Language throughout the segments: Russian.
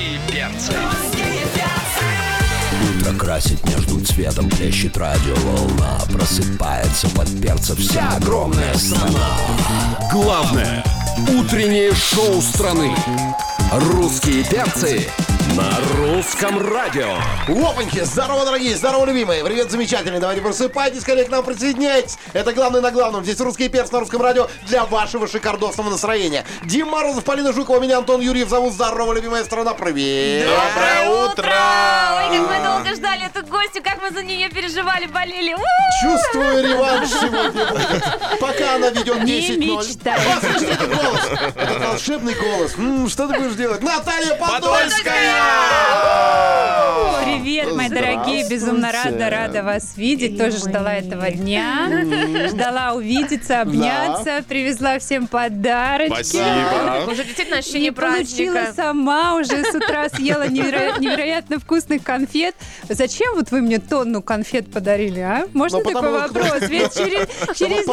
Русские перцы. Утро красит между цветом, плещет радиоволна. Просыпается под перцем вся огромная страна. Главное утреннее шоу страны. Русские перцы на русском радио. Опаньки, здорово, дорогие, здорово, любимые. Привет, замечательные. Давайте просыпайтесь, скорее к нам присоединяйтесь. Это главное на главном. Здесь русские перцы на русском радио для вашего шикардосного настроения. Дим Морозов, Полина Жукова, меня Антон Юрьев зовут. Здорово, любимая страна. Привет. Доброе утро! Ой, как мы долго ждали эту гостью, как мы за нее переживали, болели. Чувствую, реванш сегодня будет. Пока она ведет 10-0. Не мечтай. Слышите этот голос? Это волшебный голос. Что ты будешь делать? Наталья Подольская! Привет, мои дорогие, безумно рада вас видеть. Тоже ждала этого дня. Ждала увидеться, обняться. Привезла всем подарочки. Спасибо. Уже действительно И ощущение получила праздника. сама, уже с утра съела невероятно вкусных конфет. Зачем вот вы мне тонну конфет подарили, а? Можно Ну, такой потому что- вопрос? Ведь через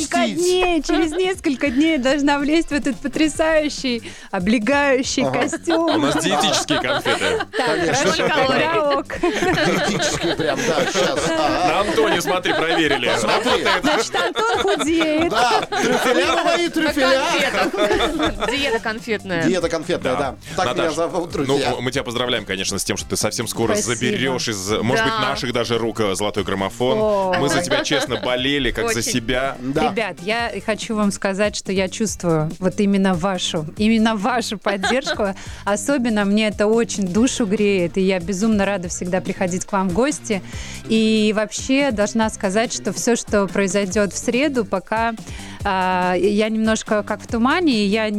несколько дней я должна влезть в этот потрясающий, облегающий У костюм. нас диетические конфеты. Так, хорошо, тогда ок. Диетический прям, да, сейчас. На Антоне, смотри, проверили. Смотри. Значит, Антон худеет. Да, трюфеля мои, На трюфеля. конфетах. Диета конфетная. Диета конфетная, да. Так меня Наташ, зовут, друзья. ну, мы тебя поздравляем, конечно, с тем, что ты совсем скоро Спасибо. заберешь из, может быть, Да. наших даже рук золотой граммофон. О. Мы за тебя честно болели, как за Очень. себя. Да. Ребят, я хочу вам сказать, что я чувствую вот именно вашу поддержку. Особенно мне это очень душу греет, и я безумно рада всегда приходить к вам в гости. И вообще должна сказать, что все, что произойдет в среду, пока я немножко как в тумане, и я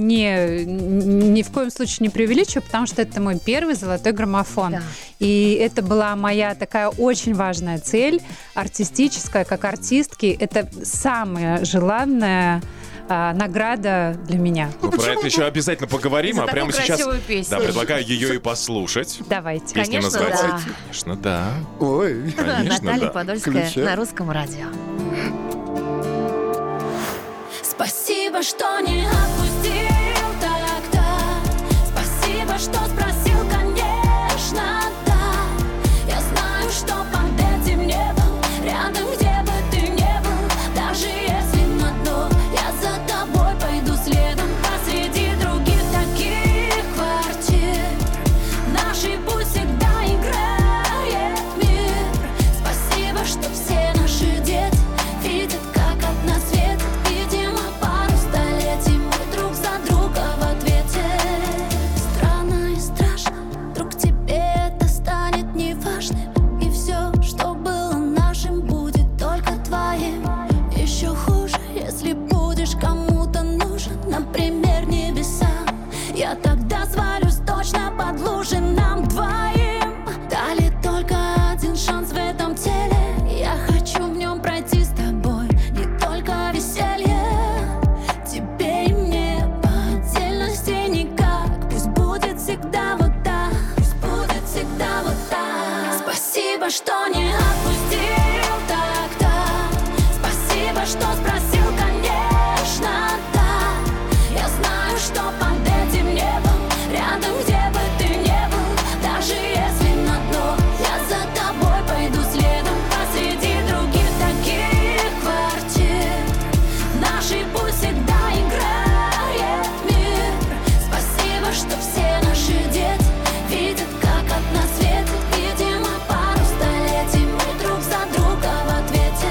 ни в коем случае не преувеличиваю, потому что это мой первый золотой граммофон. Да. И это была моя такая очень важная цель, артистическая, как артистки. Это самая желанная награда для меня. Мы про это еще обязательно поговорим, За а такую прямо сейчас красивую песню. да, предлагаю ее и послушать. Давайте. Песня Конечно, называется. да. Конечно, да. Ой. Конечно, Наталья да. Подольская Включай. на русском радио. Спасибо, что не отпустил тогда. Спасибо, что спросил, конечно, да. Я знаю, что под этим небом, рядом, где бы ты не был, даже если на дно, я за тобой пойду следом посреди других таких квартир. Наши путь всегда играет мир. Спасибо, что все наши дети видят, как от нас светит. Видимо, пару столетий мы друг за друга в ответе. Странно и страшно, вдруг тебе это станет неважным, и все, что было нашим, будет только твоим. Еще хуже, если будешь кому-то нужен, например, небесам. Я тогда свалюсь точно под лужи нам двоим. Дали только один шанс в этом теле. Я хочу в нем пройти с тобой не только веселье. Тебе и мне по отдельности никак. Пусть будет всегда вот так. Пусть будет всегда вот так. Спасибо, что не отпустил тогда. Спасибо, что спросил, конечно, да. Я знаю, что под этим небом, рядом, где бы ты не был, даже если на дно, я за тобой пойду следом посреди других таких квартир. Наши путь всегда играет мир. Спасибо, что все наши дети видят, как от нас светит. Видимо, пару столетий мы друг за друга в ответе.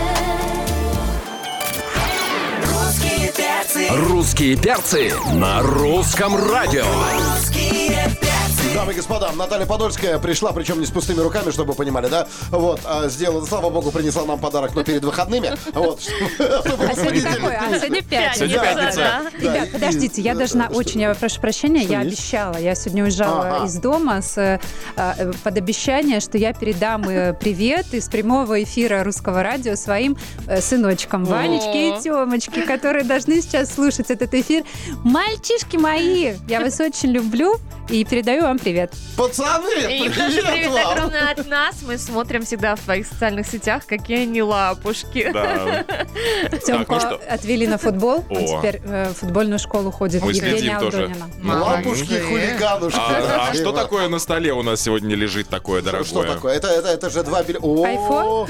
Русские перцы. Русские перцы на русском радио. Русские перцы. Дамы и господа, Наталья Подольская пришла, причем не с пустыми руками, чтобы вы понимали, да? Вот, сделала, слава богу, принесла нам подарок, но перед выходными. Вот, чтобы А в сегодня понедельник. какой? А сегодня пятница. Сегодня пятница. Да. Ребят, подождите, я должна очень, я прошу прощения, я есть? обещала, я сегодня уезжала из дома под обещание, что я передам привет из прямого эфира русского радио своим сыночкам Ванечке и Тёмочке, которые должны сейчас слушать этот эфир. Мальчишки мои, я вас очень люблю. и передаю вам привет. Пацаны, И тоже привет вам. огромное от нас. Мы смотрим всегда в твоих социальных сетях, какие они лапушки. Да. Тёмку ну что? отвели на футбол. Он О. теперь в футбольную школу ходит. Мы Евгения следим тоже. Алдонина. Лапушки, хулиганушки. А что такое на столе у нас сегодня лежит такое дорогое? Что такое? Это же 2 билета. Айфон?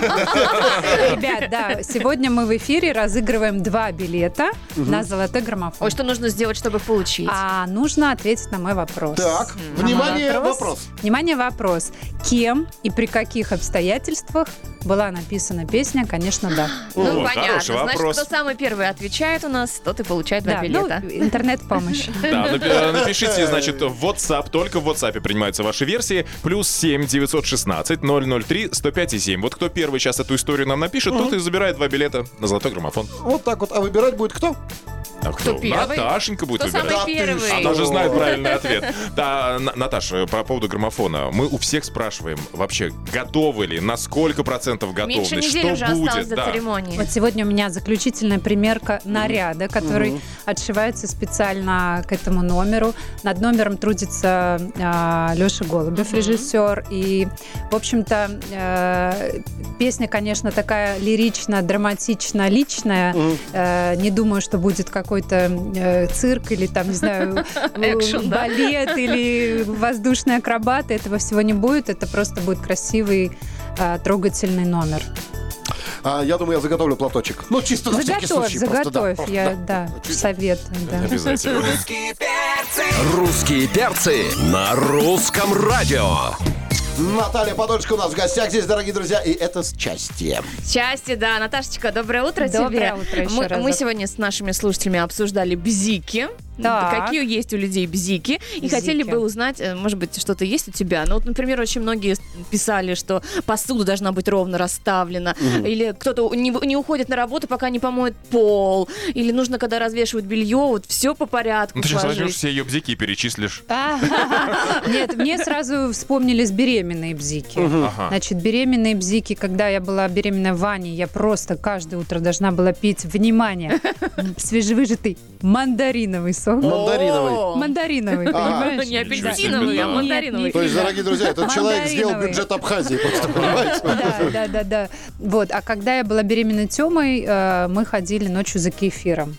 Ребят, да, сегодня мы в эфире разыгрываем 2 билета на золотой граммофон. Ой, что нужно сделать, чтобы получить? А нужно ответить на мой вопрос. Так, внимание, вопрос. Внимание, вопрос. Кем и при каких обстоятельствах была написана песня? Конечно, да. Ну, О, понятно. хороший Значит, вопрос. кто самый первый отвечает у нас, тот и получает 2 Да, билета. ну, интернет-помощь. Да, напишите, значит, в WhatsApp, только в WhatsApp принимаются ваши версии, +7 916 003 105 7. Вот кто первый сейчас эту историю нам напишет, тот и забирает 2 билета на золотой граммофон. Вот так вот. А выбирать будет кто? А Кто первый? Наташенька будет Кто выбирать. самый первый? Она же знает правильный ответ. Да, Наташа, по поводу граммофона. Мы у всех спрашиваем, вообще, готовы ли, на сколько процентов Меньше готовность, недели уже что осталось будет. до Да. церемонии. Вот сегодня у меня заключительная примерка наряда, который отшивается специально к этому номеру. Над номером трудится Леша Голубев, режиссер. И, в общем-то, песня, конечно, такая лирично, драматично, личная. Не думаю, что будет какой-то цирк или там, не знаю, Экшен, да? балет или воздушные акробаты. Этого всего не будет. Это просто будет красивый, трогательный номер. Я думаю, я заготовлю платочек. Ну, чисто на всякий Заготовь, случай. просто, да, заготовь. просто, Я, да. да, советую, да. Обязательно. Русские перцы на русском радио. Наталья Подольская у нас в гостях здесь, дорогие друзья, и это счастье. Счастье, да. Наташечка, доброе утро тебе. Доброе утро еще Мы разок. сегодня с нашими слушателями обсуждали бзики. Так. Какие есть у людей бзики. И Бзики. хотели бы узнать, может быть, что-то есть у тебя. Ну, вот, например, очень многие писали, что посуда должна быть ровно расставлена. Или кто-то не уходит на работу, пока не помоет пол. Или нужно, когда развешивают белье, вот все по порядку Ну, ты сейчас сложить. возьмешь все ее бзики и перечислишь. Нет, мне сразу вспомнились беременные бзики. Ага. Значит, беременные бзики, когда я была беременная Ваней, я просто каждое утро должна была пить, внимание, свежевыжатый мандариновый сок. Мандариновый. О, Мандариновый, понимаешь? Не апельсиновый, а Да. мандариновый. То есть, Да. дорогие друзья, этот человек сделал Мандариновый. бюджет Абхазии, просто понимаете? Да. Вот, а когда я была беременной Тёмой, мы ходили ночью за кефиром.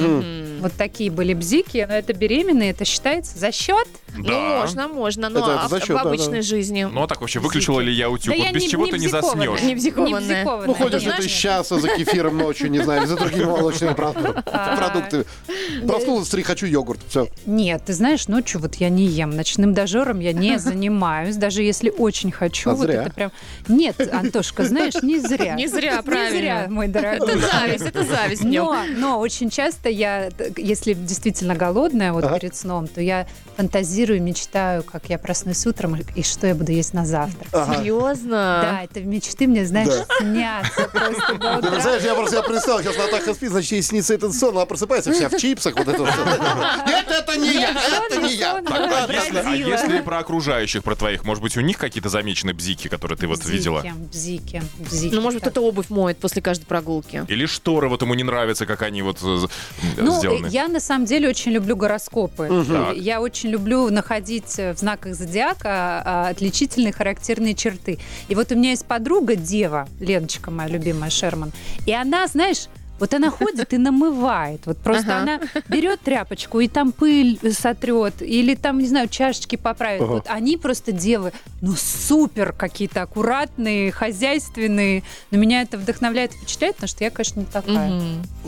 Вот такие были бзики. Но это беременные, это считается за счет? Ну, можно. Но Это за счет, в да, обычной жизни Ну, а так вообще, выключила ли я утюг? Да Вот я без не- чего не ты не бзикованная. заснешь. не бзикованная. Ну, ходишь Знаешь, ты с часа за кефиром ночью, не знаю, или за другими молочными продуктами. Проснулась, смотри, хочу йогурт, все. Нет, ты знаешь, ночью вот я не ем. Ночным дожором я не занимаюсь, даже если очень хочу. А Вот зря. это прям... Нет, Антошка, знаешь, не зря. Не зря, правильно. Не зря, мой дорогой. Это зависть в нем. Но очень часто я, если действительно голодная вот перед сном, то я фантазирую, мечтаю, как я проснусь утром и что я буду есть на завтрак. Серьезно? Да, это мечты мне, знаешь, снятся просто до Ты утра. знаешь, я просто представил, сейчас Натаха спит, значит, ей снится этот сон, она просыпается вся в чипсах, вот это вот. Нет, это не я, это не я. Сон, А сон. если про окружающих, про твоих, может быть, у них какие-то замечены бзики, которые ты вот видела? Бзики. Ну, может быть, кто-то обувь моет после каждой прогулки. Или шторы, вот ему не нравится, как они вот Ну, сделаны? я на самом деле очень люблю гороскопы. Так. Я очень люблю находить в знаках зодиака отличительные характерные черты. И вот у меня есть подруга, дева, Леночка, моя любимая, Шерман, и она, знаешь, вот она ходит и намывает. Вот просто она берет тряпочку и там пыль сотрет, или там, не знаю, чашечки поправит. Вот они просто девы, ну, супер какие-то аккуратные, хозяйственные. Но меня это вдохновляет и впечатляет, потому что я, конечно, не такая.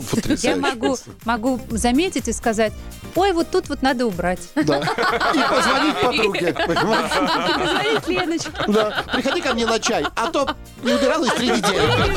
Я могу заметить и сказать, ой, вот тут вот надо убрать. Да. И позвонить подруге, понимаешь? Позвонить Леночке. Да. Приходи ко мне на чай, а то не убиралась 3 недели.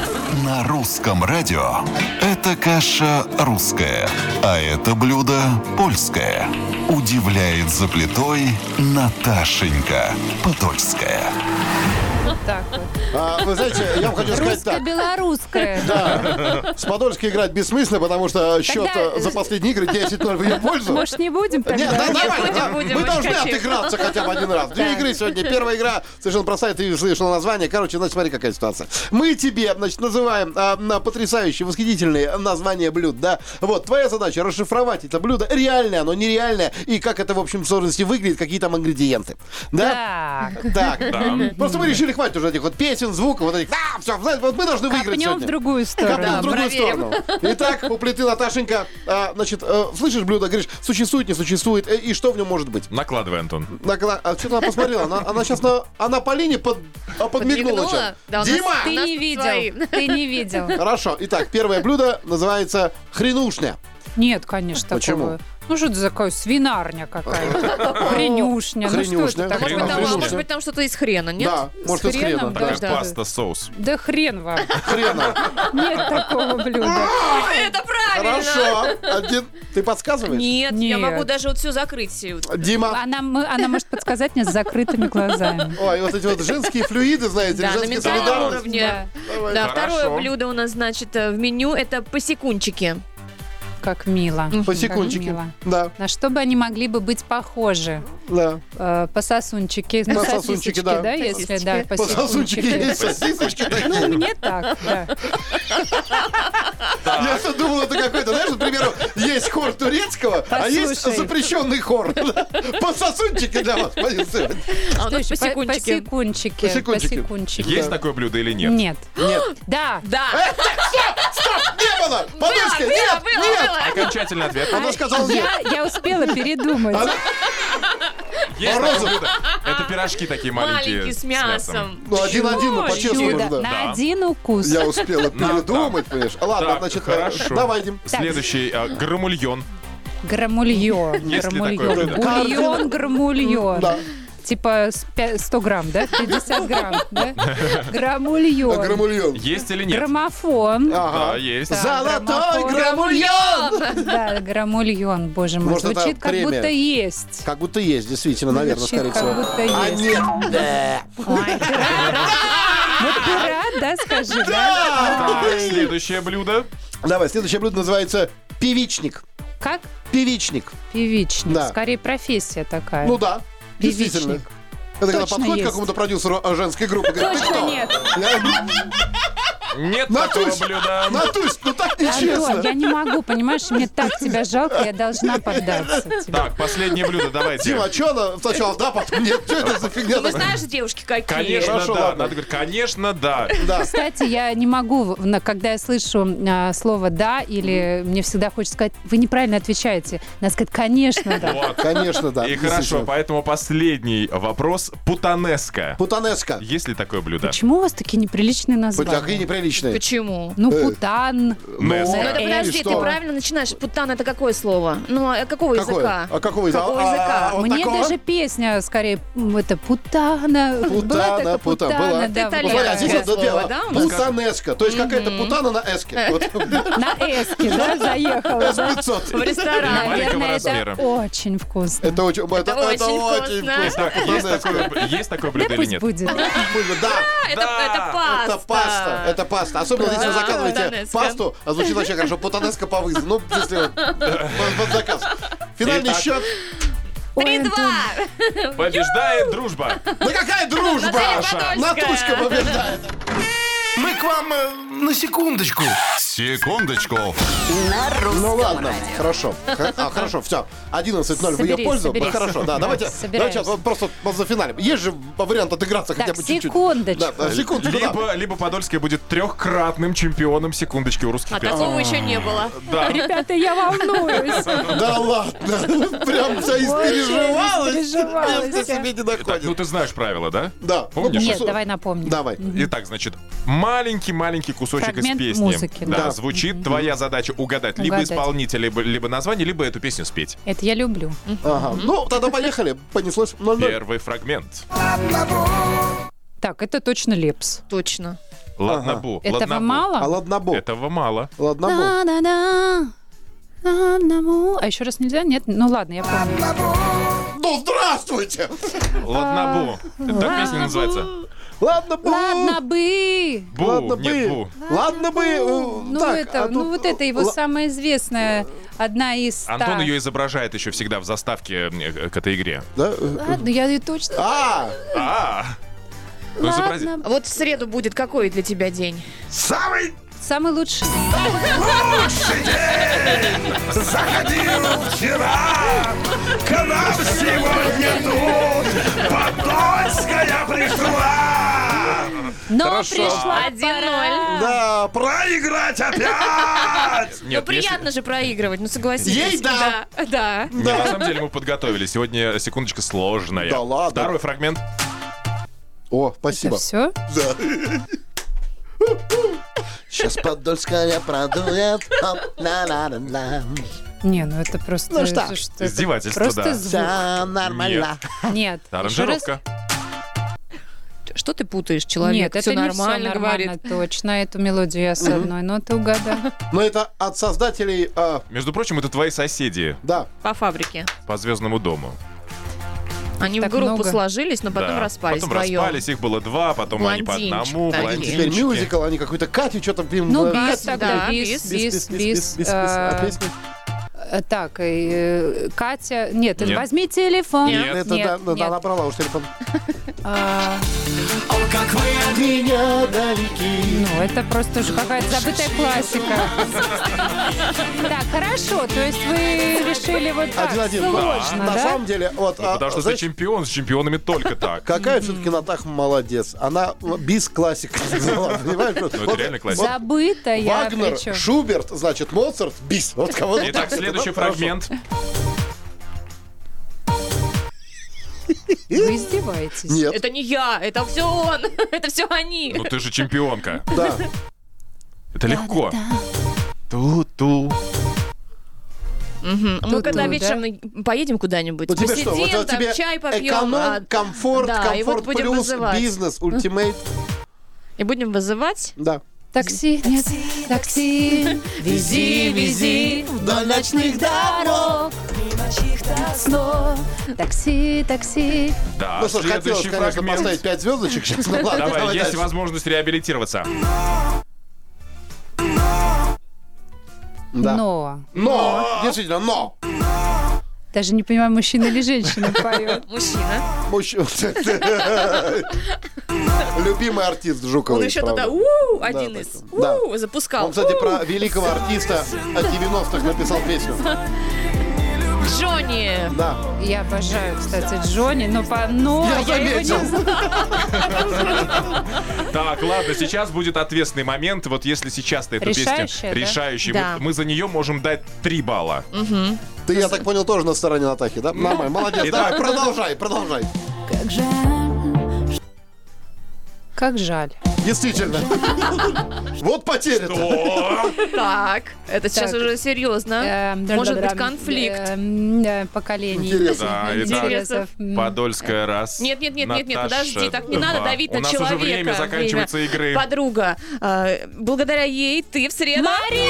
На русском радио это каша русская, а это блюдо польское. Удивляет за плитой Наташенька Подольская. Вот так вот. Вы знаете, я вам хочу сказать так. Русско-белорусская. Да, с Подольской играть бессмысленно, потому что счет Тогда- за последние игры 10-0 в ее пользу. Может, не будем тогда? Нет, да, давай, да. будем, Мы очень должны хотим. отыграться хотя бы один раз. Две Да. игры сегодня. Первая игра совершенно простая, ты слышал название. Короче, значит, смотри, какая ситуация. Мы тебе, значит, называем на потрясающие, восхитительные названия блюд, да? Вот, твоя задача расшифровать это блюдо, реальное оно, нереальное, и как это, в общем, в сложности выглядит, какие там ингредиенты. Да? Так. Так. Просто мы решили, хватит уже этих вот песен, звуков, вот этих. Все, знаете, вот мы должны выиграть Копнем в сегодня. другую Копнем сторону. в другую проверим. сторону. Итак, у плиты Наташенька, значит, слышишь блюдо, говоришь, существует, не существует, и что в нем может быть? Накладывай, Антон. Что-то она посмотрела, она сейчас она по линии подмигнула. чем. Да, у нас- Дима! Ты У нас не свои. видел. Ты не видел. Хорошо, итак, первое блюдо называется хренушня. Нет, конечно, Почему? такого. Ну, что это за такая свинарня какая-то? Хренюшня. Ну, что Хренюшня. это такое? Может быть, там, Хренушка. может быть, там что-то из хрена, нет? Да, может, из хреном, хрена. да. Как да. паста, соус. Да хрен вам. Хрена. Нет такого блюда. Это правильно! Хорошо. Ты подсказываешь? Нет, я Нет. могу даже вот все закрыть. Дима. Она может подсказать мне с закрытыми глазами. Ой, вот эти вот женские флюиды, знаете, Да, на женские ментальном солидарность. уровне. Да, Да, Хорошо. второе блюдо у нас, значит, в меню это посекунчики. как мило. По Как секундчике. мило. Да, На что бы они могли бы быть похожи? да. По сосунчике. По Ну, сосунчике, сосисочки, да. да, если, да, по По сосунчике сосунчике. есть сосисочки такие. Ну, мне так, да. Я-то думал, это какой-то, знаешь, к примеру, есть хор турецкого, а есть Послушай. запрещенный хор. По сосунчике для вас, позиция. А у нас Слушай, посекунчики. Посекунчики. Посекунчики. Посекунчики. Есть такое блюдо или нет? Нет. Нет. Да. Да, Стоп! Не было! Подушка! было, Нет! было, Нет! было. Окончательный ответ. Она сказала нет. Я успела передумать. Есть такое Морозов. блюдо. Это пирожки такие маленькие. Маленький с мясом. Ну, один-один, ну, по-честному. Чудо. да. На один укус. Я успела передумать, понимаешь? Ладно, Так, значит, хорошо. давай, Дим. Следующий грамульон. Грамульон. Есть ли такое Грамульон. блюдо? Бульон, грамульон. Да. Типа 100 грамм, да? 50 грамм, да? Грамульон. Грамульон. Есть или нет? Граммофон. Да, Ага. есть. Да. Золотой Граммофон. грамульон! Да, грамульон, боже мой. Может, это Звучит как премия? будто есть. Как будто есть, действительно, наверное, Звучит скорее как всего. будто А есть. нет. Да. Ой, ты рад? Вот ты рад, да, скажи, да? Так, следующее блюдо. Давай, следующее блюдо называется певичник. Как? Певичник. Певичник. Да. Скорее профессия такая. Ну да, Певичник. действительно. Это когда Точно подходит к есть. какому-то продюсеру женской группы, говорит, ты Точно кто? нет. Нет такого Натусь, блюда. Натусь, ну так Антон, нечестно. я не могу, понимаешь, мне так тебя жалко, я должна поддаться тебе. Так, последнее блюдо, давайте. Дима, а что она сначала да, потом нет? Что это за фигня? Ну, вы знаешь, девушки какие. Конечно, Хорошо, да. ладно. Надо говорить, конечно, да. Да. Кстати, я не могу, когда я слышу слово «да», или мне всегда хочется сказать, вы неправильно отвечаете. Надо сказать, конечно, да. Вот. Конечно, да. И хорошо, поэтому последний вопрос. Путанеска. Путанеска. Есть ли такое блюдо? Почему у вас такие неприличные Такие названия? неприличные. Почему? Ну, путан. Неска. Ну, это и подожди, что? ты правильно начинаешь. Путан это какое слово? Ну, а какого Какое? языка? А какого языка? Какого языка? вот Мне такого? даже песня, скорее, это путана. Была Путана, такая путана, была. путана, Это да. итальянское Смотри, а здесь вот слово, напела да, у нас? Путанеска. То есть какая-то путана на эске. Вот. На эске, да, заехала, да? S500. В ресторане. Маленького Наверное, это размера. очень вкусно. Это очень очень очень вкусно. вкусно. Так, есть такое блюдо Да или пусть нет? будет. Да. Это Да, паста. Это паста, это паста. Особенно если вы Да, заказываете путанеска. пасту, а звучит вообще хорошо, путанеска по вызову. Ну, если вот под заказ. Финальный Итак. счет. Ой, 3-2. Побеждает дружба. Да какая дружба! Подольская. Натушка побеждает. Мы к вам на секундочку. Секундочку. Ну ладно, хорошо. Хорошо, все. 11:0 в ее Соберись, пользу. соберись. Хорошо, да, давайте Собираемся. сейчас вот просто за финалем. Есть же вариант отыграться хотя Так, бы чуть-чуть. секундочку. Да, секундочку, да. Либо Подольская будет трехкратным чемпионом секундочки у русских А перцев. такого еще не было. Да. Ребята, я волнуюсь. Да ладно. Прям вся испереживалась. испереживалась. Места себе не Так, ну находит. ты знаешь правила, да? Да. Помнишь? Нет, давай напомним. Давай. Итак, значит, маленький кусочек Фрагмент из песни. музыки, Да, да. звучит. Твоя задача угадать либо Угадать. исполнителя, либо название, либо эту песню спеть. Это я люблю. Ага. Ну, тогда поехали. Понеслось 0-0. Первый фрагмент. Так, это точно Лепс. Точно. Ладнобу. Этого Ладнобу. А мало? ладнобу. Этого мало. Ладнобу. Да-да-да. Одному. А еще раз нельзя? Нет? Ну ладно, я помню. Ну, здравствуйте! Ладнобу. Так песня называется. Ладно бы. Ладно бы. Бу, Ладно нет, бы. бу. Ладно бы. Ну, Так, это, а тут- вот это его самая известная, одна из 100. Антон ее изображает еще всегда в заставке к этой игре. Да? Ладно, я ее точно... Ну, изобрази. Ладно. Вот в среду будет какой для тебя день? Самый Самый лучший. Заходил вчера, к нам сегодня тут Подольская пришла. Но пришла 1-0. Да, Проиграть опять! Ну, Нет, приятно же проигрывать, ну согласитесь. Ей да. Да. Не, на самом деле мы подготовились. Сегодня секундочка сложная. Да ладно. Второй фрагмент. О, Это спасибо. все? Сейчас Подольская продует. На-на-на-на. Не, ну это просто... Ну что? это Издевательство, просто да. звук. Все нормально. Нет. Аранжировка. Что ты путаешь, человек? Нет, это Всё не нормально, все говорит. нормально, точно. Эту мелодию я с одной ноты угадала. Но это от создателей... Между прочим, это твои соседи да. По фабрике. по Звездному дому. Они Так в группу много. сложились, но потом Да. распались Потом вдвоем. распались, их было два, потом они по Блондинчик одному, такие. Теперь блондинчики. мюзикл, они какую-то Катю, что-то... Ну, Катя, бис да, тогда, бис, бис. А песня? Так, Катя... Нет, Нет. возьми телефон. Нет. Это да, нет. она брала уж телефон. А, Как вы от меня далеки. Ну, это просто уже какая-то забытая классика. Так, хорошо, то есть вы решили вот так 1-1. сложно, На да? самом деле, вот... Потому что ты знаешь, чемпион, с чемпионами только так. какая все-таки Натаха молодец. Она бис-классика сказала, понимаешь? Ну, это реально классика. Забытая Вагнер, причем. Шуберт, значит, Моцарт, бис. Вот кого Итак, следующий фрагмент. Вы издеваетесь? Нет, Это не я, это все он, это все они. Ну ты же чемпионка. да. Это легко. Ту-ту. Мы Тут, когда да? вечером поедем куда-нибудь, У тебя что? посидим, Вот там тебе чай попьем, эконом, комфорт, да, и вот комфорт будем плюс, вызывать. бизнес, ультимейт. и будем вызывать. Да. Такси, нет, такси, вези, вези вдоль ночных дорог, мимо чьих-то снов. Такси, такси. Да, Ну, слушай, хотелось, следующий конечно, фрагмент. поставить 5 звездочек сейчас. Ну ладно, Давай, есть дальше. возможность реабилитироваться. Да. Но. Действительно, но. Даже не понимаю, мужчина или женщина поет. Мужчина. Любимый артист Жуковой. Он еще правда. тогда один Да, из так. Да. запускал. Он, кстати, про великого артиста от 90-х написал песню. Джонни. Да. Я обожаю, кстати, Джонни, но Я я его заметил. не знаю. Так, ладно, сейчас будет ответственный момент. Вот если сейчас ты эту песню Решающая, да? решающий, Да. мы за нее можем дать 3 балла. Ты, я так понял, тоже на стороне Натахи, да? Нормально, молодец. Итак. Давай, продолжай. Как жаль. Как жаль. Действительно. Вот потеря-то. О, Так, это сейчас Так. уже серьезно. Может быть, конфликт. Поколений. Интересно. Да, итак, Интересов. Подольская раз. Нет, Наташа, подожди, так не надо два. давить У на нас человека. уже время заканчивается игры. Подруга, благодаря ей ты в среду...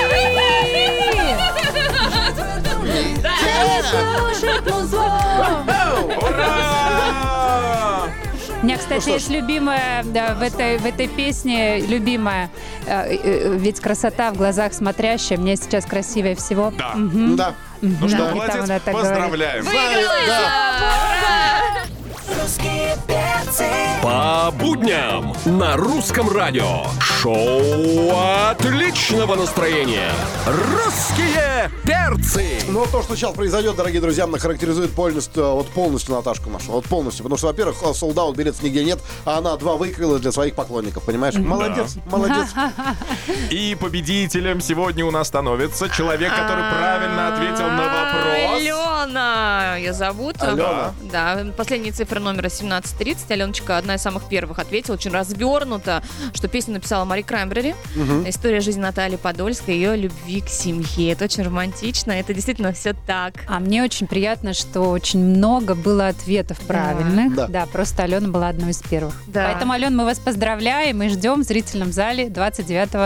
Ура! У меня, кстати, есть любимая да, в этой песне, любимая. Ведь красота в глазах смотрящая. Мне сейчас красивее всего. Да. Да. Ну что, Да, и там молодец, она так поздравляем. По будням на русском радио. Шоу отличного настроения. Русские перцы. Но то, что сейчас произойдет, дорогие друзья, характеризует полностью Наташку нашу. Вот полностью. Потому что, во-первых, солдат билетов нигде нет, а она 2 выкрыла для своих поклонников. Понимаешь? Молодец, молодец. И победителем сегодня у нас становится человек, который правильно ответил на вопрос. Алена, ее зовут. Алена. Да, последние цифры номера 1730. Аленочка одна из самых первых ответила, очень развернуто, что песню написала Мари Краймбрери. История жизни Натальи Подольской, ее любви к семье. Это очень романтично, это действительно все так. А мне очень приятно, что очень много было ответов правильных. Да. Да, просто Алена была одной из первых. Да. Поэтому, Алена, мы вас поздравляем и ждем в зрительном зале 29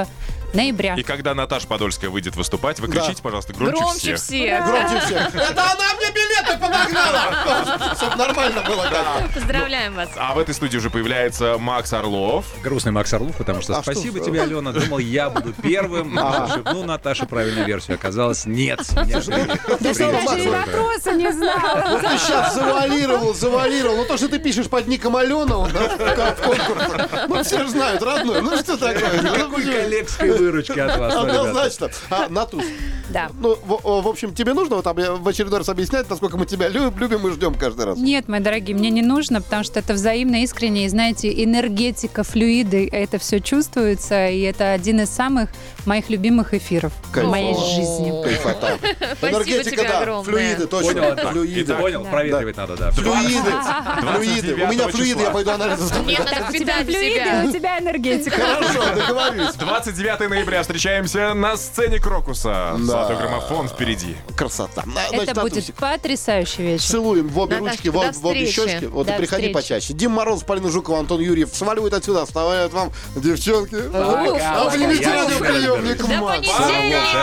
ноября. И когда Наташа Подольская выйдет выступать, вы кричите, пожалуйста, Громче всех. Громче всех. Это она мне билеты подогнала! Чтобы нормально было как-то. Поздравляем вас. А в этой студии уже появляется Макс Орлов. Грустный Макс Орлов, потому что спасибо что? тебе, Алена. Думал, я буду первым. Шепнул Наташе правильную версию. Оказалось, нет. Да что я даже и вопроса не знала. Вот ты сейчас завуалировал. Ну то, что ты пишешь под ником Алена у нас в конкурсе. Ну все же знают, родной. Ну что такое? Никакой коллегской выручки от вас. ну, ребята. Однозначно. Натуш, Да. ну, в общем, тебе нужно вот в очередной раз объяснять, насколько мы тебя любим и ждем каждый раз? Нет, мои дорогие, мне не нужно, потому что это взаимно, искренне. И знаете, энергетика, флюиды, это все чувствуется. И это один из самых моих любимых эфиров в моей жизни. Кайфота. Спасибо Энергетика, тебе да. огромное. Флюиды, точно. Понял, Антон? Флюиды. Понял, проветривать надо, да. Флюиды. Флюиды. У меня флюиды, я пойду анализ сдам. Мне надо У тебя впитать в флюиды, себя. у тебя энергетика. Хорошо, договорились. 29 ноября встречаемся на сцене Крокуса. Золотой граммофон впереди. Красота. Это будет потрясающий вечер. Целуем в обе Наташка, ручки, в до обе встречи. щечки. Вот и До приходи встречи. почаще. Дим Мороз, Полина Жукова, Антон Юрьев сваливают отсюда, оставляют вам, девчонки. Обнимите Я радиоприемник. До Макс. понедельника.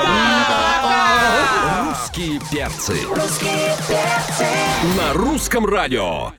Русские перцы. На русском радио.